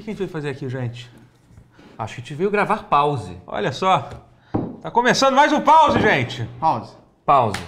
que a gente veio fazer aqui, gente? Acho que a gente veio gravar pause. Olha só. Tá começando mais um pause, gente. Pause.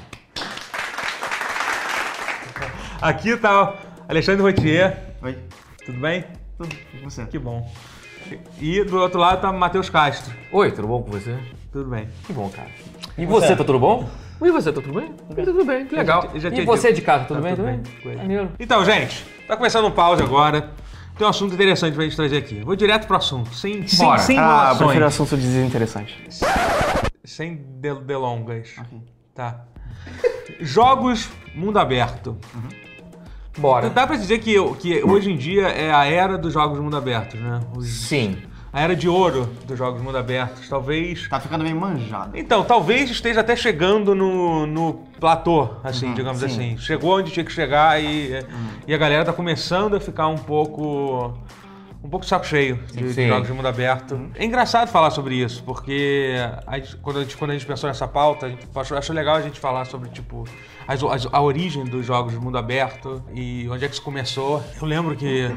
Aqui tá o Alexandre Rotier. Oi. Tudo bem? Tudo. E você? Que bom. E do outro lado tá o Matheus Castro. Oi, tudo bom com você? Tudo bem. Que bom, cara. E você, tá tudo bom? E você, tá tudo bem? Tudo bem, que legal. E você de casa, tudo bem também? Maneiro. Então, gente, tá começando um pause agora. Tem um assunto interessante pra gente trazer aqui. Vou direto pro assunto, sem enrolações. Prefiro assunto desinteressante. Sem delongas. Okay. Tá. Jogos mundo aberto. Bora. Dá pra dizer que hoje em dia é a era dos jogos mundo aberto, né? Sim. A era de ouro dos jogos mundo abertos. Talvez... Tá ficando meio manjado. Então, talvez esteja até chegando no platô, assim, digamos assim. Chegou onde tinha que chegar e a galera tá começando a ficar um pouco de saco cheio de jogos de mundo aberto. É engraçado falar sobre isso, porque quando a gente pensou nessa pauta, acho legal a gente falar sobre, tipo, a origem dos jogos de mundo aberto e onde é que isso começou. Eu lembro que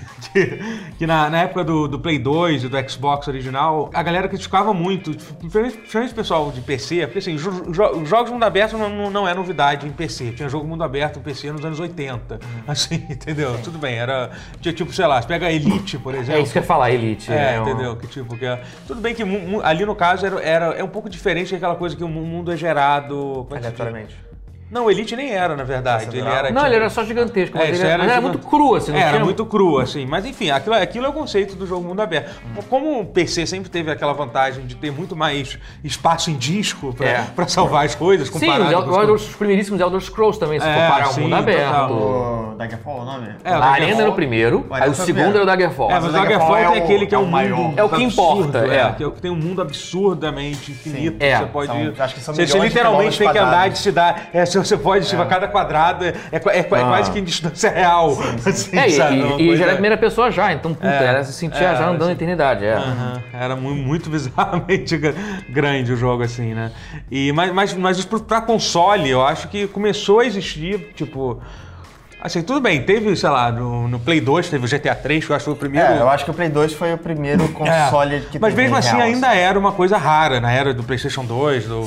na época do Play 2 e do Xbox original, a galera criticava muito, principalmente o pessoal de PC, porque assim, os jogos de mundo aberto não é novidade em PC. Tinha jogo mundo aberto em PC nos anos 80, assim, entendeu? Tudo bem, tinha tipo, sei lá, você pega Elite, por exemplo. É isso que eu ia falar, Elite. Entendeu? Tudo bem que ali no caso é um pouco diferente daquela coisa que o mundo é gerado... Aleatoriamente. Não, o Elite nem era, na verdade. Ele era só gigantesco, mas ele era muito cru, assim. Era muito cru, assim. Mas enfim, aquilo é o conceito do jogo mundo aberto. Como o PC sempre teve aquela vantagem de ter muito mais espaço em disco pra salvar as coisas, comparado os primeiríssimos Elder Scrolls também, se comparar ao mundo aberto. O Daggerfall, o nome? A Arena era o primeiro, aí o segundo era o Daggerfall. Mas o Daggerfall é aquele que é o maior. É o que importa. Que tem um mundo absurdamente infinito. Você pode... Você literalmente tem que andar de cidade... Você pode, tipo, a cada quadrado é quase que em distância real. Assim, e já era a primeira pessoa já, então, era se sentia já andando na eternidade. Era muito bizarramente grande o jogo, assim, né? Mas pra console, eu acho que começou a existir, tipo... Assim, tudo bem, teve, sei lá, no Play 2 teve o GTA 3, que eu acho que foi o primeiro... eu acho que o Play 2 foi o primeiro console que teve. Mas mesmo assim real, ainda era uma coisa rara, na era do PlayStation 2, do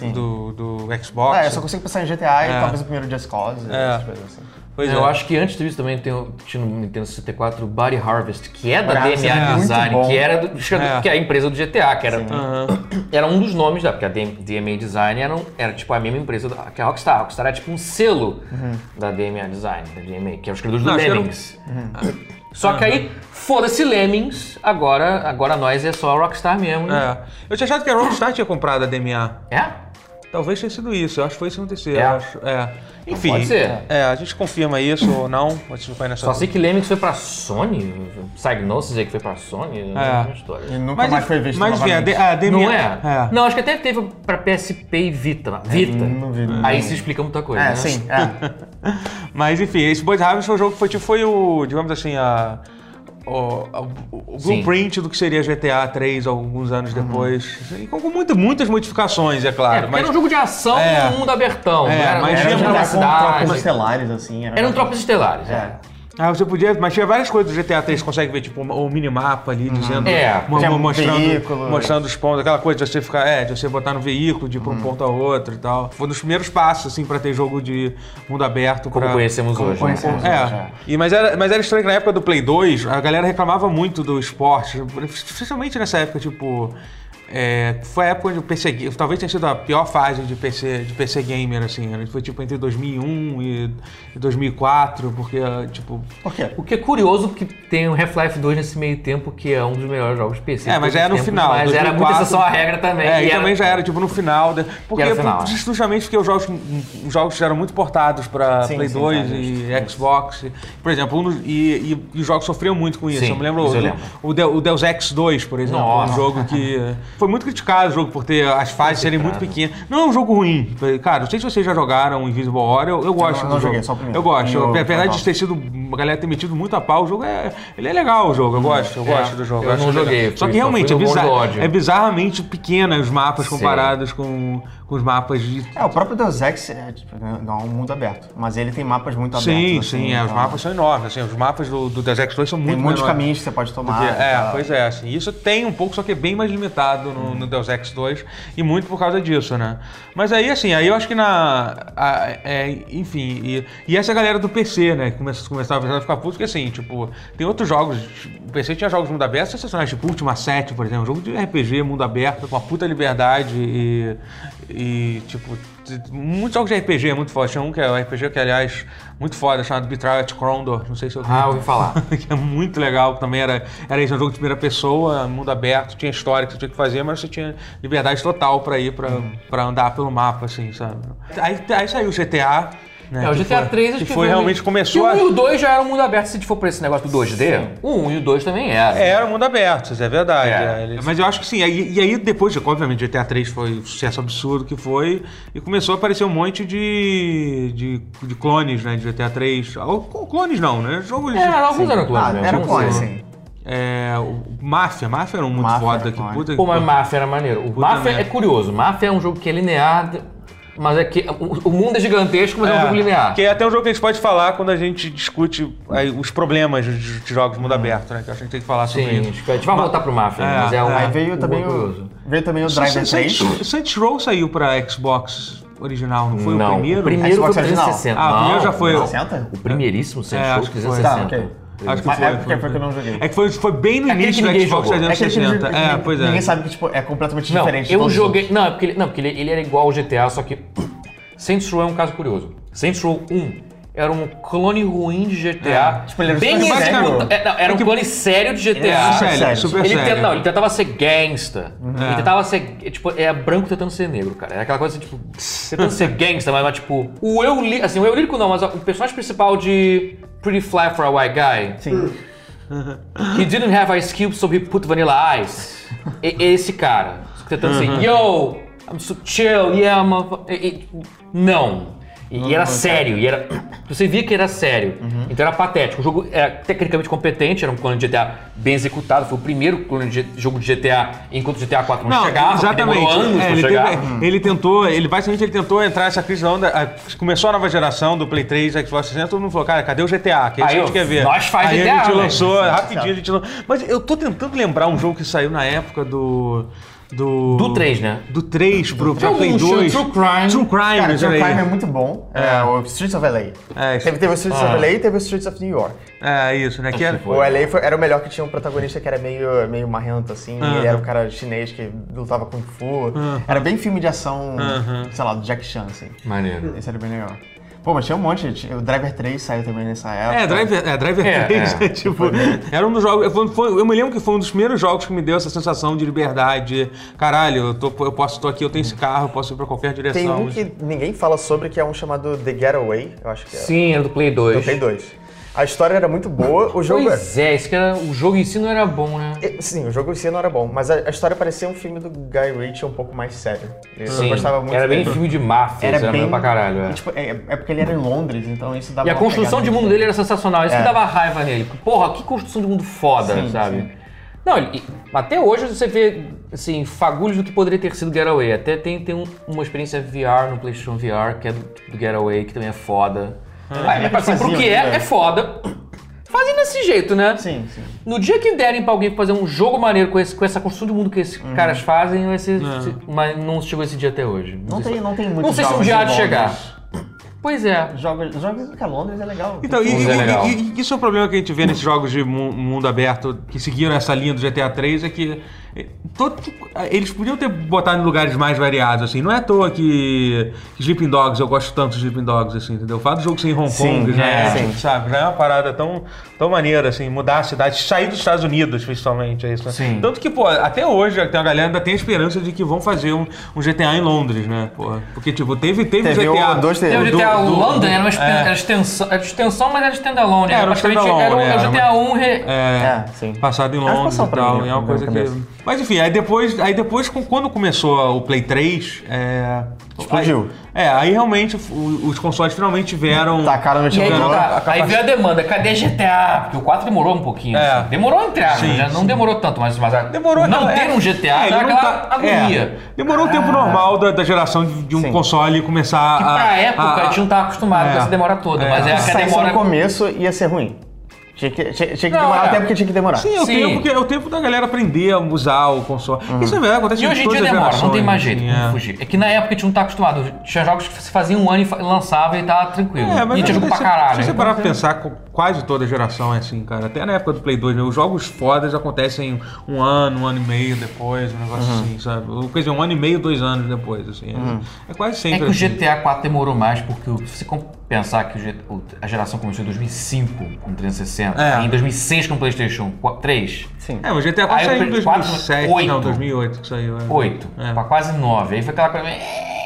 Xbox. Eu só consigo pensar em GTA e talvez o primeiro Just Cause, essas coisas assim. Eu acho que antes disso também tinha no Nintendo 64 Body Harvest, que é da DMA Design, que é a empresa do GTA, que era um dos nomes porque a DMA Design era tipo a mesma empresa que a Rockstar. A Rockstar era tipo um selo da DMA Design, da DMA, que é os criadores do Lemmings. Só que aí, foda-se Lemmings, agora nós é só a Rockstar mesmo. Eu tinha achado que a Rockstar tinha comprado a DMA. É? Talvez tenha sido isso, eu acho que foi isso que aconteceu. Enfim, pode ser. A gente confirma isso ou não. Só sei que Lemmings foi pra Sony, Psygnosis aí que foi pra Sony, não é uma história. E nunca mais foi visto novamente. A DMA... Não é? Não, acho que até teve pra PSP e Vita. Não vi. Aí se explica muita coisa, né? Sim. Mas enfim, esse Body Harvest foi um jogo que foi o, digamos assim, o blueprint do que seria GTA 3 alguns anos depois. E com muitas modificações, é claro. Mas era um jogo de ação no mundo abertão. Mas era tropas estelares, assim. Eram tropas estelares, você podia, mas tinha várias coisas do GTA 3, você consegue ver, tipo, o minimapa ali, dizendo, mostrando os pontos, aquela coisa de você ficar, de você botar no veículo, de ir pra um ponto a outro e tal. Foi um dos primeiros passos, assim, pra ter jogo de mundo aberto. Como conhecemos hoje. Mas era estranho que na época do Play 2, a galera reclamava muito do esporte, especialmente nessa época, tipo... foi a época onde o PC... Talvez tenha sido a pior fase de PC gamer, assim. Foi tipo entre 2001 e 2004, porque, tipo... Por quê? O que é curioso, porque tem o Half-Life 2 nesse meio tempo, que é um dos melhores jogos de PC. Mas já era no final. Mas 2004, era muita exceção à regra também. E também já era, tipo, no final. Justamente porque os jogos eram muito portados pra Play 2 e Xbox. Por exemplo, e os jogos sofriam muito com isso. Eu me lembro o Deus Ex 2, por exemplo. Um jogo que... Foi muito criticado o jogo por ter as fases serem muito pequenas. Não é um jogo ruim. Cara, não sei se vocês já jogaram Invisible War, eu gosto do jogo. Joguei, só o primeiro. Eu gosto. Apesar de ter sido a galera tem metido muito a pau, o jogo ele é legal, o jogo, eu gosto do jogo. Eu não joguei. Só que realmente é bizarramente pequena os mapas comparados com os mapas de... o próprio Deus Ex não é um mundo aberto, mas ele tem mapas muito abertos. Sim, os mapas são enormes, assim, os mapas do Deus Ex 2 são muito menores. Tem muitos caminhos que você pode tomar. Pois é, assim, isso tem um pouco, só que é bem mais limitado no Deus Ex 2 e muito por causa disso, né? Mas aí, assim, eu acho que enfim, e essa galera do PC, né, que começava a ficar puto, porque assim, tipo, tem outros jogos, o PC tinha jogos mundo aberto sensacionais, tipo Ultima 7, por exemplo, um jogo de RPG, mundo aberto, com uma puta liberdade e tipo, muitos jogos de RPG muito foda. Tinha um que é um RPG que, aliás, muito foda, chamado Betrayal at Condor, não sei se eu ouvi falar. Que é muito legal, também era isso, um jogo de primeira pessoa, mundo aberto, tinha história que você tinha que fazer, mas você tinha liberdade total pra ir, pra andar pelo mapa, assim, sabe? Aí saiu o GTA, né? O GTA 3 acho que foi realmente começou que o 1 e o 2 já eram mundo aberto, se for por esse negócio do 2D. O 1 e o 2 também eram. Era mundo aberto, isso é verdade. Mas eu acho que sim. E aí depois, obviamente, o GTA 3 foi o sucesso absurdo que foi, e começou a aparecer um monte de clones, né, de GTA 3. Clones não, né? Jogos alguns eram clones, né? Era clones, sim. O Máfia era um muito foda. Pô, mas Máfia era maneiro. O Máfia é curioso. Máfia é um jogo que é linear... Mas é que o mundo é gigantesco, mas é um jogo linear. Que é até um jogo que a gente pode falar quando a gente discute os problems de jogos mundo aberto, né? Que eu acho que a gente tem que falar sobre isso. A gente vai voltar pro Máfia, mas Aí veio também o Driver 3. O Saints Row saiu pra Xbox original, não foi o primeiro? O primeiro foi 360. O primeiro já foi... 360? O primeiríssimo Saints Row 360. Acho que foi que eu não joguei. É que foi bem no início do Xbox 360. Pois é. Ninguém sabe que tipo, é completamente diferente. Eu joguei... Não, porque ele era igual ao GTA, só que... Saints Row é um caso curioso. Saints Row 1 era um clone ruim de GTA. Tipo, ele era bem sério. Era um clone sério de GTA. Super sério. Ele tentava ser gangsta. Ele tentava ser... Tipo, branco tentando ser negro, cara. Era aquela coisa, tipo... Tentando ser gangsta, mas tipo... O eu lírico não, mas o personagem principal de... Pretty Fly for a White Guy. Sim. He didn't have ice cubes, so he put vanilla ice. Esse cara. Tentando ser, yo, I'm so chill, yeah, não. E era sério, você via que era sério. Então era patético. O jogo era tecnicamente competente, era um clone de GTA bem executado. Foi o primeiro clone de jogo de GTA, enquanto o GTA 4 não chegava. Exatamente. Demorou anos pra chegar. Ele basicamente tentou entrar nessa crise da onda. Começou a nova geração do Play 3, Xbox 360, todo mundo falou, cara, cadê o GTA? Que é isso que a gente quer ver. Nós faz aí GTA, a gente lançou, rapidinho a gente lançou. Mas eu tô tentando lembrar um jogo que saiu na época do 3, né? Do 3 pro Play 2. True Crime. Cara, True Crime é muito bom. O Streets of LA. Teve o Streets of LA e teve o Streets of New York. Isso, né? O LA era o melhor, que tinha um protagonista que era meio marrento, assim. E ele era um cara chinês que lutava Kung Fu. Era bem filme de ação, sei lá, do Jack Chan, assim. Maneiro. Esse era bem legal. Pô, mas tinha um monte. O Driver 3 saiu também nessa época. Driver 3, tipo, era um dos jogos... Eu me lembro que foi um dos primeiros jogos que me deu essa sensação de liberdade. Caralho, eu tô aqui, eu tenho esse carro, eu posso ir pra qualquer direção. Tem um que ninguém fala sobre, que é um chamado The Getaway, eu acho que é. Sim, era do Play 2. Do Play 2. A história era muito boa, o jogo... Isso que o jogo em si não era bom, né? Sim, o jogo em si não era bom, mas a história parecia um filme do Guy Ritchie um pouco mais sério. Sim, eu gostava muito era bem filme de máfia, era bem pra caralho. Tipo, é porque ele era em Londres, então isso dava... E a construção de mundo dele era sensacional, isso que dava raiva nele. Porra, que construção de mundo foda, sabe? Sim. Não, até hoje você vê, assim, fagulhos do que poderia ter sido Getaway. Até tem uma experiência VR no PlayStation VR, que é do Getaway, que também é foda. Assim, pro que é foda. Fazem desse jeito, né? Sim. No dia que derem pra alguém fazer um jogo maneiro com essa construção de mundo que esses caras fazem, vai ser... Mas não chegou esse dia até hoje. Não tem muito. Não sei se um dia há de chegar. Pois é. Jogos que Londres é legal. Então, e isso é o problema que a gente vê nesses jogos de mundo aberto que seguiram essa linha do GTA 3, é que eles podiam ter botado em lugares mais variados, assim. Não é à toa que Sleeping Dogs, eu gosto tanto de Sleeping Dogs, assim, entendeu? O fato do jogo ser em Hong Kong sabe? Já é uma parada tão maneira, assim, mudar a cidade, sair dos Estados Unidos, principalmente, é isso, né? Sim. Tanto que, pô, até hoje a galera ainda tem a esperança de que vão fazer um GTA em Londres, né? Pô, porque, tipo, teve o GTA... O London era uma extensão, mas era standalone. Era o GTA 1 passado em Londres e tal, e é uma coisa que... Mas enfim, aí depois quando começou o Play 3... Explodiu. Aí realmente os consoles finalmente tiveram... Tacaram no Aí veio a demanda, cadê GTA? Porque o 4 demorou um pouquinho. Assim. Demorou a entrar, já não demorou tanto, mas demorou, não ter um GTA era aquela agonia. Demorou o tempo normal da geração de um console começar que pra época a gente não estava acostumado com essa demora toda. Mas é que a demora... no começo ia ser ruim. Tinha que demorar o tempo que tinha que demorar. Sim, é o tempo da galera aprender a usar o console. Isso é verdade, acontece e hoje em dia demora, não tem mais jeito de fugir. É que na época a gente não tá acostumado. Tinha jogos que você fazia um ano e lançava e tava tranquilo. E tinha jogo pra caralho. Se você parar pra pensar, quase toda geração é assim, cara. Até na época do Play 2, os jogos fodas acontecem um ano e meio depois, um negócio assim, sabe? Quer dizer, 1 ano e meio, 2 anos depois, assim. É quase sempre assim. É que o GTA 4 demorou mais, porque se você pensar que a geração começou em 2005 com o 360, em 2006 com o PlayStation 3. Sim. O GTA 4 saiu em 2007, 2008 que saiu. 8, pra quase 9. Aí foi aquela coisa...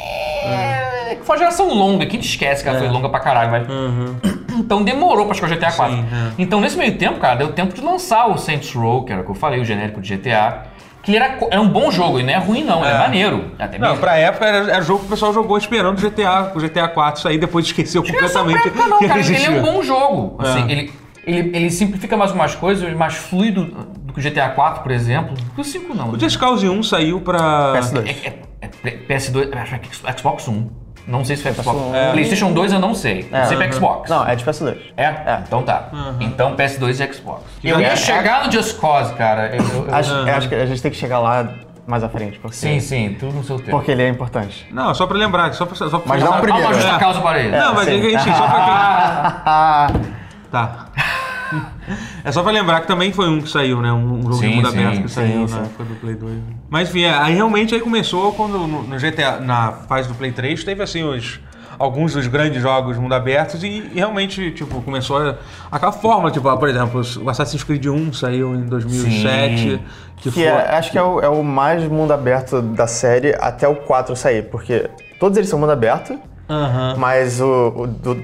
Foi uma geração longa, que a gente esquece que ela foi longa pra caralho, mas... Então demorou pra chegar o GTA 4. Então nesse meio tempo, cara, deu tempo de lançar o Saints Row, que era o que eu falei, o genérico de GTA. Que ele era um bom jogo, e não é ruim não, ele é maneiro. Até mesmo. Pra época era jogo que o pessoal jogou esperando o GTA 4 sair, depois esqueceu completamente que ele é um bom jogo. Assim, ele simplifica mais umas coisas, mais fluido do que o GTA 4, por exemplo. Do 5 não. O Just Cause 1 saiu pra... PS2. PS2, acho que é Xbox 1. Não sei se foi Xbox. PlayStation 2 eu não sei. Não sei pra Xbox. Não, é de PS2. Então tá. Então PS2 e Xbox. Eu ia chegar no Just Cause, cara. Acho que a gente tem que chegar lá mais à frente. Porque... Sim, tudo no seu tempo. Porque ele é importante. Não, só pra lembrar. Mas não primeiro. Há uma justa causa para ele. Não, mas enfim, só pra... Tá. É só pra lembrar que também foi um que saiu, né? Um jogo de mundo aberto que saiu na época do Play 2. Mas enfim, aí realmente começou quando no GTA, na fase do Play 3, teve assim alguns dos grandes jogos mundo abertos e realmente, tipo, começou aquela forma, tipo, por exemplo, o Assassin's Creed 1 saiu em 2007. Acho que é o mais mundo aberto da série até o 4 sair, porque todos eles são mundo aberto. Mas o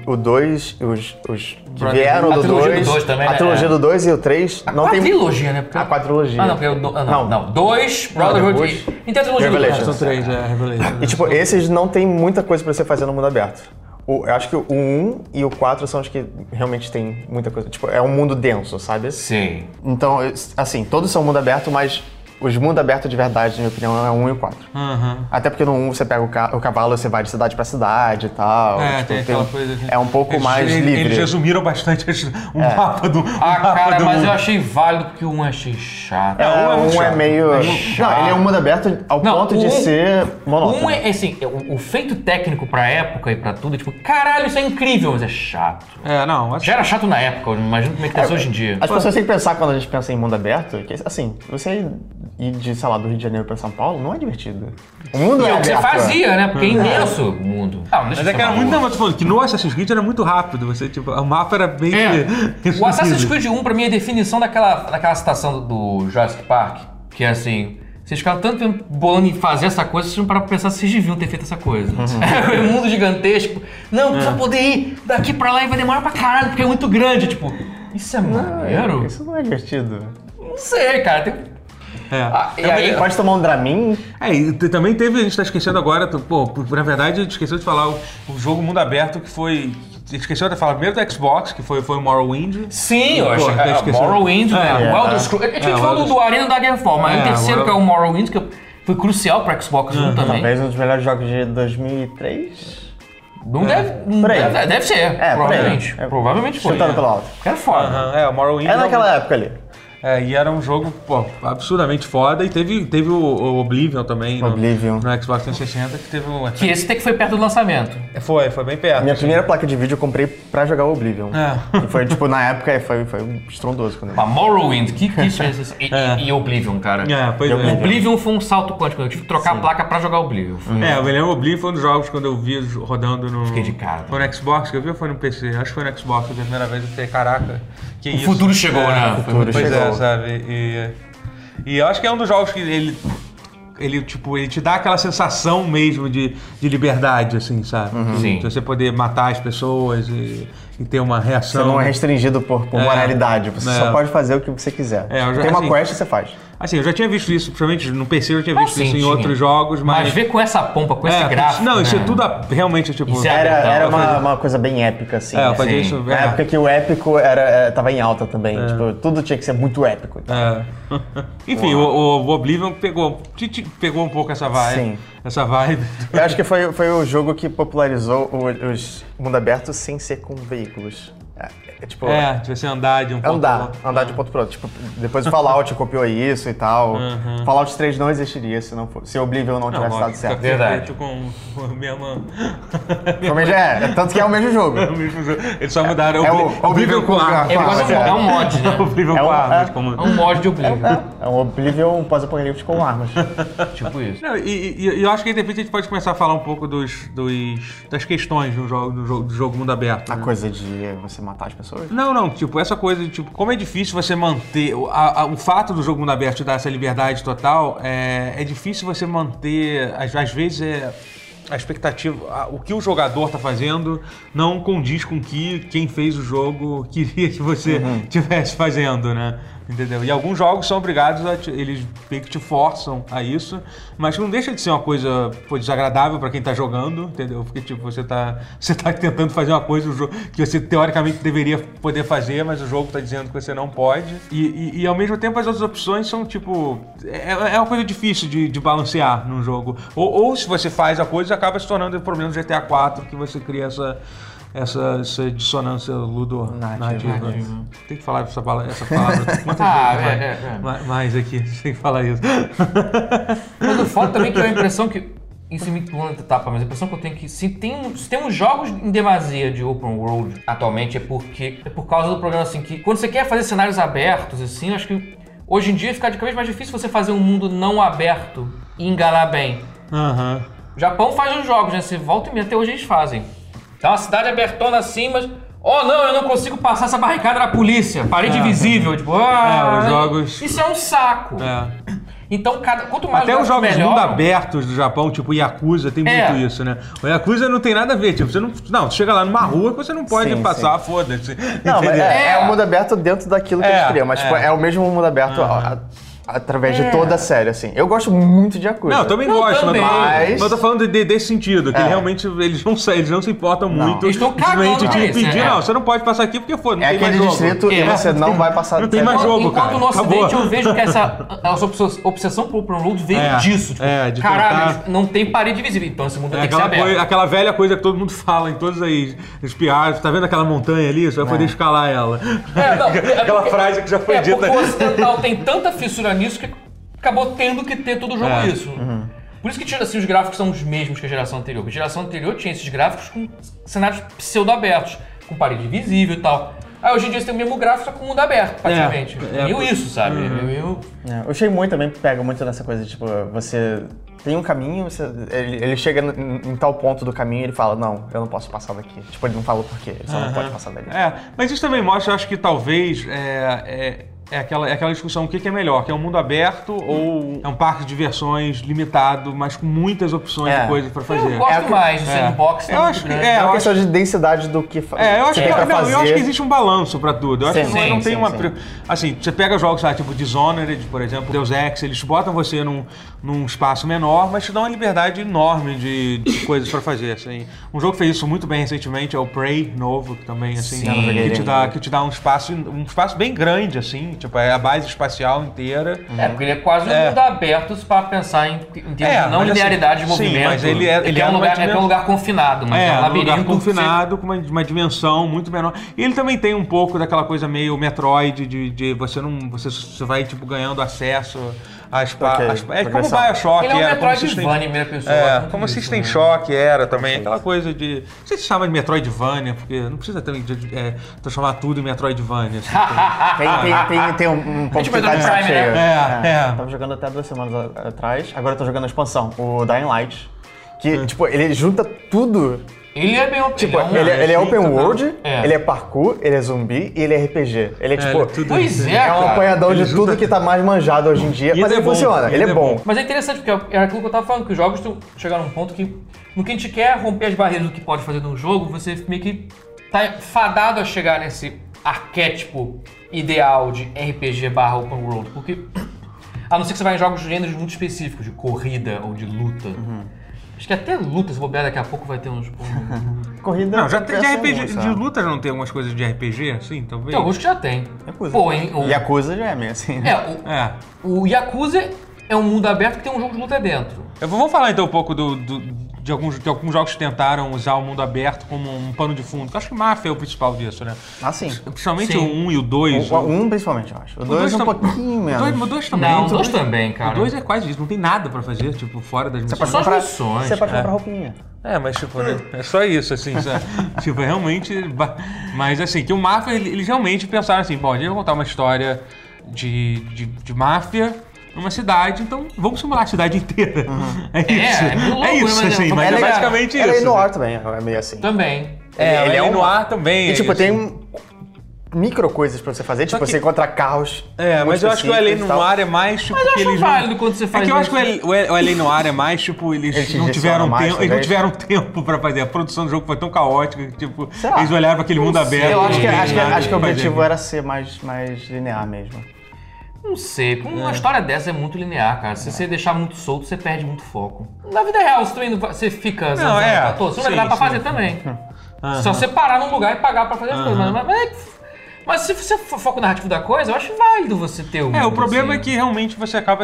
2, os que vieram do 2, também, a trilogia do 2 e o 3 não tem... A trilogia, né? A quadrilogia. Não. 2, Brotherhood e tem a trilogia do 3. São 3, Revelation. E tipo, esses não tem muita coisa pra você fazer no mundo aberto. Eu acho que o 1 e o 4 são os que realmente tem muita coisa. Tipo, é um mundo denso, sabe? Sim. Então, assim, todos são mundo aberto, mas... Os mundos abertos de verdade, na minha opinião, é o 1 e o 4. Até porque no 1 você pega o cavalo, você vai de cidade pra cidade e tal. Tem aquela coisa assim. É um pouco mais livre. Eles resumiram bastante o mapa do... mas eu achei válido porque o 1 achei chato. O 1 é meio... Não, ele é um mundo aberto ao ponto de ser monótono. O 1 é, assim, o feito técnico pra época e pra tudo, tipo, caralho, isso é incrível, mas é chato. Já era chato na época, eu imagino como é que tá hoje em dia. As pessoas têm que pensar quando a gente pensa em mundo aberto, que assim, você ir de, sei lá, do Rio de Janeiro pra São Paulo não é divertido. O mundo é o que você fazia, né? Porque é imenso o mundo. Mas é que era muito... Não, eu tô falando que no Assassin's Creed era muito rápido. Você, tipo, o mapa era bem... O Assassin's Creed 1, pra mim, é a definição daquela citação do Jurassic Park, que é assim... Vocês ficaram tanto tempo bolando em fazer essa coisa, vocês não pararam pra pensar se vocês deviam ter feito essa coisa. É um mundo gigantesco. Não, precisa poder ir daqui pra lá e vai demorar pra caralho, porque é muito grande. Tipo, isso é maneiro? Isso não é divertido. Não sei, cara. E aí, pode tomar um Dramin? E também teve, a gente tá esquecendo agora, na verdade a gente esqueceu de falar o jogo mundo aberto que foi... A gente esqueceu de falar primeiro do Xbox, que foi o Morrowind. Sim, eu achei que Morrowind, o Elder Scrolls. A gente falou do Arena da Daggerfall, mas o terceiro que é o Morrowind, que foi crucial pro Xbox One também. Talvez um dos melhores jogos de 2003? Deve ser, provavelmente. Provavelmente foi. Chutando pelo alto. Era foda. O Morrowind... É naquela época ali. E era um jogo, absurdamente foda. E teve o Oblivion também no Xbox 360, que teve um... Que esse até que foi perto do lançamento. Foi bem perto. Minha primeira placa de vídeo eu comprei pra jogar o Oblivion. E foi, tipo, na época, foi estrondoso. Morrowind, que isso é isso? E Oblivion, cara. Oblivion foi um salto quântico. Eu tive que trocar a placa pra jogar Oblivion. Eu me lembro, o Oblivion foi um dos jogos quando eu vi rodando no... Fiquei de cara. Foi no Xbox que eu vi ou foi no PC? Acho que foi no Xbox, a primeira vez eu falei, caraca, que isso? O futuro chegou, né? O futuro chegou. Sabe? E eu acho que é um dos jogos que ele te dá aquela sensação mesmo de liberdade, assim, sabe? Sim. De você poder matar as pessoas e ter uma reação. Você não é restringido por moralidade, você só pode fazer o que você quiser. Tem uma quest e você faz. Assim, eu já tinha visto isso, principalmente no PC eu já tinha visto isso em outros jogos, mas ver com essa pompa, com esse gráfico. Não, isso é tudo realmente, tipo... Era uma coisa bem épica, assim. Eu fazia isso... Na época que o épico tava em alta também. Tipo, tudo tinha que ser muito épico. Enfim, o Oblivion pegou um pouco essa vibe. Sim. Essa vibe. Eu acho que foi o jogo que popularizou os mundo aberto sem ser com veículos. Tipo você andar de um ponto pro outro. Andar de um ponto pro outro. Tipo, depois o Fallout copiou isso e tal. Fallout 3 não existiria se o Oblivion não tivesse dado certo. Verdade. Com o mesmo... Tanto que é o mesmo jogo. Eles só mudaram o Oblivion com armas. É um mod, né? Oblivion com armas. É um mod de Oblivion. É um Oblivion pós-apocalíptico com armas. Tipo isso. E eu acho que de repente a gente pode começar a falar um pouco das questões do jogo mundo aberto. A coisa de você matar as pessoas? Não, tipo, essa coisa de, tipo, como é difícil você manter... O fato do jogo mundo aberto te dar essa liberdade total, é difícil você manter, às vezes, a expectativa, o que o jogador tá fazendo não condiz com o que quem fez o jogo queria que você estivesse fazendo, né? Entendeu? E alguns jogos são obrigados eles meio que te forçam a isso, mas não deixa de ser uma coisa desagradável pra quem tá jogando, entendeu? Porque tipo, você tá tentando fazer uma coisa que você teoricamente deveria poder fazer, mas o jogo tá dizendo que você não pode. E ao mesmo tempo as outras opções são tipo... É uma coisa difícil de balancear num jogo. Ou se você faz a coisa, acaba se tornando o problema do GTA 4, que você cria essa dissonância ludonarrativa. Tem que falar essa palavra. Mais aqui, tem que falar isso. Mas o foda também que é a impressão que... Isso me pula na etapa, mas a impressão que eu tenho é que se tem uns jogos em demasia de open world atualmente é por causa do problema assim, que quando você quer fazer cenários abertos, assim, eu acho que hoje em dia fica de cada vez mais difícil você fazer um mundo não aberto e enganar bem. O Japão faz os jogos, né? Você volta e meia, até hoje eles fazem. Tá uma cidade abertona assim, mas... eu não consigo passar essa barricada da polícia. Parede invisível. Tipo, os jogos... Isso é um saco. Então, quanto mais até os jogos mundo abertos do Japão, tipo Yakuza, tem muito isso, né? O Yakuza não tem nada a ver, tipo, você chega lá numa rua que você não pode passar, foda-se. Não, mas é um mundo aberto dentro daquilo que eles criam, mas tipo, é o mesmo mundo aberto através de toda a série, assim. Eu gosto muito de Yakuza. Não, eu também gosto, mas eu tô falando desse sentido, que realmente eles não se importam muito. Eles estão cagando te impedir, você não pode passar aqui porque foda, não tem mais jogo. É aquele distrito e você não vai passar. Não tem mais jogo, cara. Enquanto no Ocidente eu vejo que essa obsessão por open world veio disso. Tipo, caralho, não tem parede visível, então esse mundo tem que ser aberto. Aquela velha coisa que todo mundo fala em todas as piadas, tá vendo aquela montanha ali? Você vai poder escalar ela. Aquela frase que já foi dita. Porque o ocidental tem tanta fissura nisso que acabou tendo que ter todo o jogo isso. Por isso que assim, os gráficos são os mesmos que a geração anterior. Porque a geração anterior tinha esses gráficos com cenários pseudo-abertos, com parede visível e tal. Aí hoje em dia você tem o mesmo gráfico, só com o mundo aberto, praticamente. Isso, sabe? O Shenmue também pega muito nessa coisa, tipo, você tem um caminho, ele chega em tal ponto do caminho e ele fala, não, eu não posso passar daqui. Tipo, ele não fala o porquê, ele só não pode passar dali. Mas isso também mostra, eu acho que talvez... É aquela discussão, o que é melhor, que é um mundo aberto ou é um parque de diversões limitado, mas com muitas opções de coisas pra fazer. Eu gosto mais do sandbox. Eu acho que é uma questão de densidade do que eu acho que existe um balanço pra tudo. Eu acho que não tem uma... Assim, você pega jogos lá, tipo Dishonored, por exemplo, Deus Ex, eles botam você num espaço menor, mas te dão uma liberdade enorme de coisas pra fazer, assim. Um jogo que fez isso muito bem recentemente é o Prey novo, que também, assim, que te dá um espaço bem grande, assim, tipo, é a base espacial inteira. Porque ele é quase um mundo aberto para pensar em termos de não linearidade de movimento. Sim, mas ele é um lugar confinado, mas é um labirinto. Um lugar confinado, com uma dimensão muito menor. E ele também tem um pouco daquela coisa meio Metroid, de você vai, tipo, ganhando acesso às como o Bioshock era. Ele é um Metroidvania em primeira pessoa. Como System Shock era também. Aquela coisa de... Não sei se chama de Metroidvania, porque não precisa também transformar tudo em Metroidvania. Assim, tem um ponto de Prime, né? Tava jogando até 2 semanas atrás, agora eu tô jogando a expansão, o Dying Light. Que, tipo, ele junta tudo. Ele é bem open. Tipo, ele é open world, ele é parkour, ele é zumbi e ele é RPG. Ele é tipo... É um apanhador de tudo que tá mais manjado hoje em dia, mas ele funciona, ele é bom. Mas é interessante, porque era aquilo que eu tava falando, que os jogos chegaram num ponto que, no que a gente quer romper as barreiras do que pode fazer no jogo, você meio que tá fadado a chegar nesse arquétipo ideal de RPG /open world, porque A não ser que você vai em jogos de gêneros muito específicos, de corrida ou de luta. Acho que até luta, se bobear, daqui a pouco vai ter uns... Corrida... Não, já tem de RPG, de luta já não tem algumas coisas de RPG, assim, talvez? Tem alguns que já tem. Yakuza. Yakuza já é meio assim, né? O Yakuza é um mundo aberto que tem um jogo de luta dentro. Vamos falar então um pouco de alguns jogos que tentaram usar o mundo aberto como um pano de fundo. Eu acho que Mafia é o principal disso, né? Ah, sim. Principalmente o 1 e o 2. O 1 principalmente, eu acho. O 2 é um pouquinho menos. O 2 também. Não, o 2 também, cara. O 2 é quase isso, não tem nada pra fazer, tipo, fora das missões. Só as missões. Você pode comprar roupinha. Mas tipo, né? É só isso, assim, tipo, realmente... Mas assim, que o Mafia, eles realmente pensaram assim, bom, a gente vai contar uma história de máfia numa cidade, então vamos simular a cidade inteira. É isso. É isso, assim, mas é basicamente isso. Ele é no ar também, é meio assim. Também. Ele é no ar também. E tipo, tem micro coisas pra você fazer, tipo, você encontrar carros. Mas eu acho que o LA no ar é mais tipo. Mas eu acho válido quando você faz. É que eu acho que o LA no ar é mais tipo, eles não tiveram tempo. Eles não tiveram tempo pra fazer. A produção do jogo foi tão caótica que, tipo, eles olharam pra aquele mundo aberto. Eu acho que o objetivo era ser mais linear mesmo. Não sei, uma história dessa é muito linear, cara. Se você deixar muito solto, você perde muito foco. Na vida real, você fica zanzando pra todos. Você não vai dar pra fazer também. Só você parar num lugar e pagar pra fazer as coisas. Mas se você for foco narrativo da coisa, eu acho válido você ter o problema é que realmente você acaba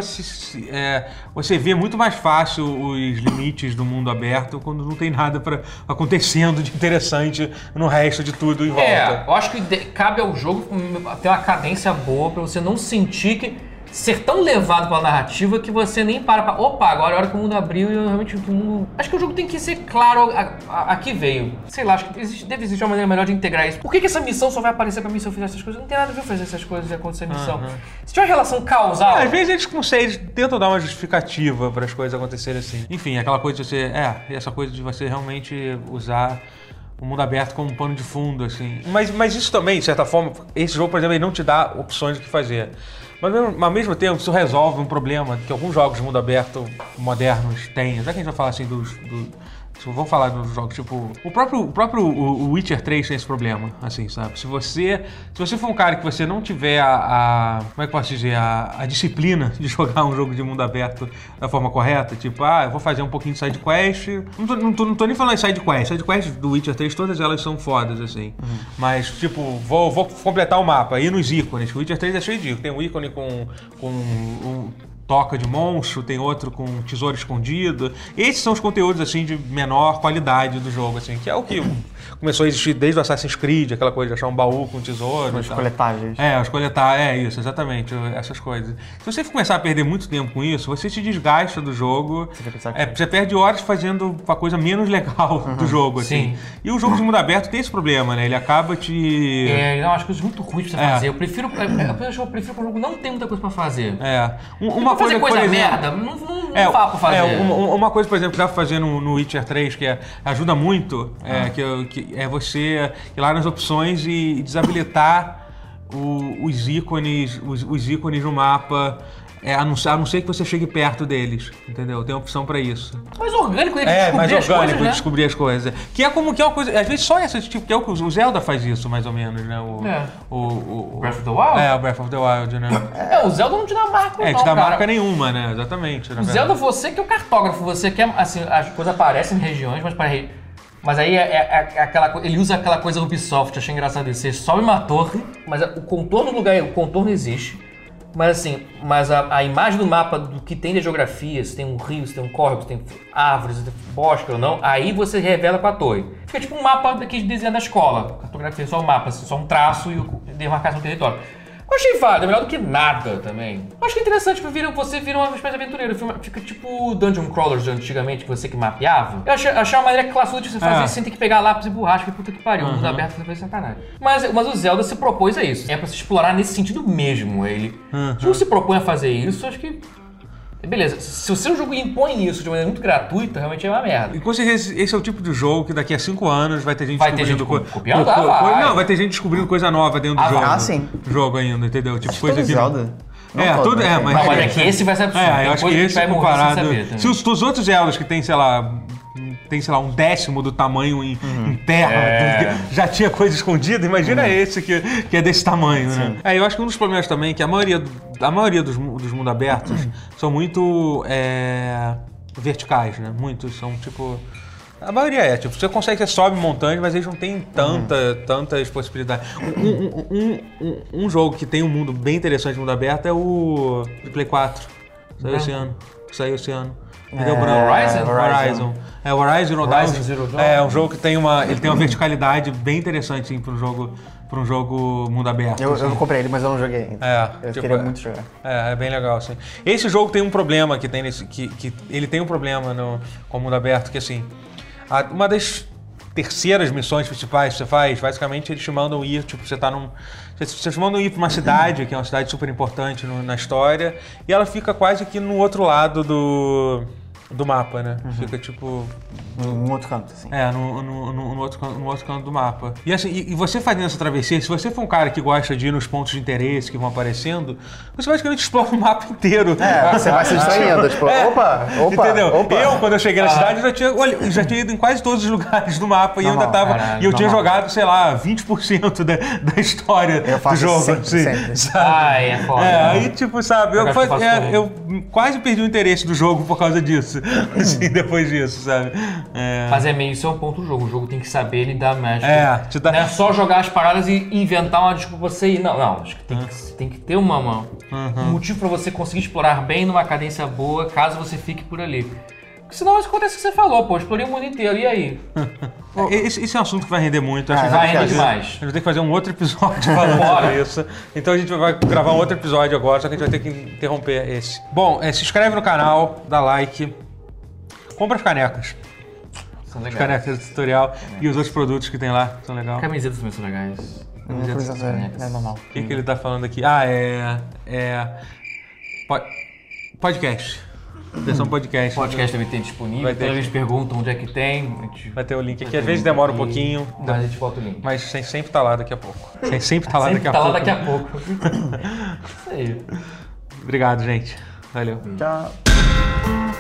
você vê muito mais fácil os limites do mundo aberto quando não tem nada acontecendo de interessante no resto de tudo em volta. Eu acho que cabe ao jogo ter uma cadência boa pra você não sentir que ser tão levado pela narrativa que você nem para opa, agora é a hora que o mundo abriu e eu realmente o mundo... Acho que o jogo tem que ser claro a que veio. Sei lá, acho que deve existir uma maneira melhor de integrar isso. Por que essa missão só vai aparecer pra mim se eu fizer essas coisas? Não tem nada a ver fazer essas coisas e acontecer a missão. Se tiver uma relação causal... Às vezes eles tentam dar uma justificativa para as coisas acontecerem assim. Enfim, aquela coisa de você... essa coisa de você realmente usar o mundo aberto como um pano de fundo, assim. Mas isso também, de certa forma, esse jogo, por exemplo, ele não te dá opções do que fazer. Mas ao mesmo tempo, isso resolve um problema que alguns jogos de mundo aberto modernos têm. Já que a gente vai falar assim vamos falar dos jogos, tipo... O próprio Witcher 3 tem esse problema, assim, sabe? Se você for um cara que você não tiver como é que eu posso dizer? A disciplina de jogar um jogo de mundo aberto da forma correta, tipo, eu vou fazer um pouquinho de side quest. Não tô nem falando de side quest. Side quest do Witcher 3, todas elas são fodas, assim. Mas, tipo, vou completar o mapa. E nos ícones. O Witcher 3 é cheio de ícones. Tem um ícone com toca de monstro, tem outro com tesouro escondido. Esses são os conteúdos, assim, de menor qualidade do jogo, assim, que é o que começou a existir desde o Assassin's Creed, aquela coisa de achar um baú com tesouro. Os coletáveis. Os coletáveis, isso, exatamente, essas coisas. Se você começar a perder muito tempo com isso, você se desgasta do jogo. Você perde horas fazendo a coisa menos legal do jogo, assim. Sim. E o jogo de mundo aberto tem esse problema, né? Ele acaba te... não, acho coisas muito ruins pra você fazer. Eu prefiro que o jogo não tenha muita coisa pra fazer. Uma fazer coisa por exemplo, merda, não fala pra fazer. Uma coisa, por exemplo, que dá pra fazer no Witcher 3, que ajuda muito, que é você ir lá nas opções e desabilitar os ícones no mapa, a não ser que você chegue perto deles, entendeu? Tem opção pra isso. Mais orgânico de descobrir as coisas, né? Descobrir as coisas. Que é uma coisa... Às vezes só esse tipo... Que é o Zelda faz isso, mais ou menos, né? O Breath of the Wild? O Breath of the Wild, né? O Zelda não te dá marca, não, te dá marca nenhuma, né? Exatamente. O Zelda, você que é o cartógrafo, você que é... Assim, as coisas aparecem em regiões, mas aí aquela coisa... Ele usa aquela coisa Ubisoft, achei engraçado isso. Você sobe uma torre, mas o contorno do lugar... O contorno existe. Mas assim, a imagem do mapa do que tem de geografia, se tem um rio, se tem um córrego, se tem árvores, se tem bosque ou não, aí você revela com a torre. Fica tipo um mapa daquele desenho da escola. Cartografia, só um mapa, assim, só um traço e demarcação do território. Eu achei válido, é melhor do que nada também. Eu acho que é interessante, você vira uma espécie de aventureiro. Fica tipo Dungeon Crawlers de antigamente, que você que mapeava. Eu achei uma maneira classuda de você fazer sem ter que pegar lápis e borracha, que puta que pariu, mundo aberto você faz sacanagem. Mas o Zelda se propôs a isso. É pra se explorar nesse sentido mesmo. Se não se propõe a fazer isso, acho que... Beleza, se o seu jogo impõe isso de maneira muito gratuita, realmente é uma merda. E com certeza esse é o tipo de jogo que daqui a 5 anos vai ter gente descobrindo copiando. Não, vai ter gente descobrindo coisa nova dentro do jogo. Sim. Jogo ainda, entendeu? Tipo acho coisa que Zelda. Tudo mas é que esse vai ser absurdo. Eu acho que esse vai comparado. morrer sem saber, se os outros Zeldas que tem, sei lá, tem, sei lá, 1/10 do tamanho em terra, já tinha coisa escondida, imagina esse que é desse tamanho, né? Eu acho que um dos problemas também é que a maioria dos mundos abertos são muito verticais, né? Muitos são tipo... A maioria tipo, você sobe montanhas, mas eles não têm tantas possibilidades. Um jogo que tem um mundo bem interessante, mundo aberto, é o de Play 4. Saiu esse ano. Horizon. O Horizon Zero Dawn. É um jogo que tem uma verticalidade bem interessante assim, para um jogo mundo aberto. Eu não comprei ele, mas eu não joguei ainda. Eu queria muito jogar. É bem legal, assim. Esse jogo tem um problema que ele tem um problema com o mundo aberto, que assim, uma das terceiras missões principais que você faz, basicamente eles te mandam ir, tipo, vocês te mandam ir para uma cidade, que é uma cidade super importante na história, e ela fica quase que no outro lado do mapa, né? Fica tipo... Num outro canto, assim. No outro canto do mapa. E assim, e você fazendo essa travessia, se você for um cara que gosta de ir nos pontos de interesse que vão aparecendo, você basicamente explora o mapa inteiro. Você vai se distraindo, tipo, opa, entendeu? Opa. Quando eu cheguei na cidade, eu já tinha ido em quase todos os lugares do mapa e eu ainda tava... E eu tinha jogado, sei lá, 20% da história do jogo. Sempre. É foda. Aí, tipo, sabe, eu quase perdi o interesse do jogo por causa disso. Assim, depois disso, sabe? Mas isso é um ponto do jogo. O jogo tem que saber lidar mais. Não é só jogar as paradas e inventar uma desculpa pra você ir. Não, acho que tem que ter um motivo pra você conseguir explorar bem numa cadência boa, caso você fique por ali. Porque senão acontece o que você falou, explorei o mundo inteiro, e aí? Esse é um assunto que vai render muito. Vai render demais. A gente vai ter que fazer um outro episódio falando sobre isso. Então a gente vai gravar um outro episódio agora, só que a gente vai ter que interromper esse. Bom, se inscreve no canal, dá like, compra as canecas. São legais. As canecas do tutorial e os outros produtos que tem lá são legais. Camisetas também são legais. É normal. O que ele tá falando aqui? Podcast. Versão podcast. Podcast também tem disponível. Então eles perguntam onde é que tem. Vai ter o link aqui. Às vezes demora um pouquinho. Mas a gente bota o link. Mas sempre tá lá daqui a pouco. Sempre tá lá daqui a pouco. Isso aí. Obrigado, gente. Valeu. Tchau.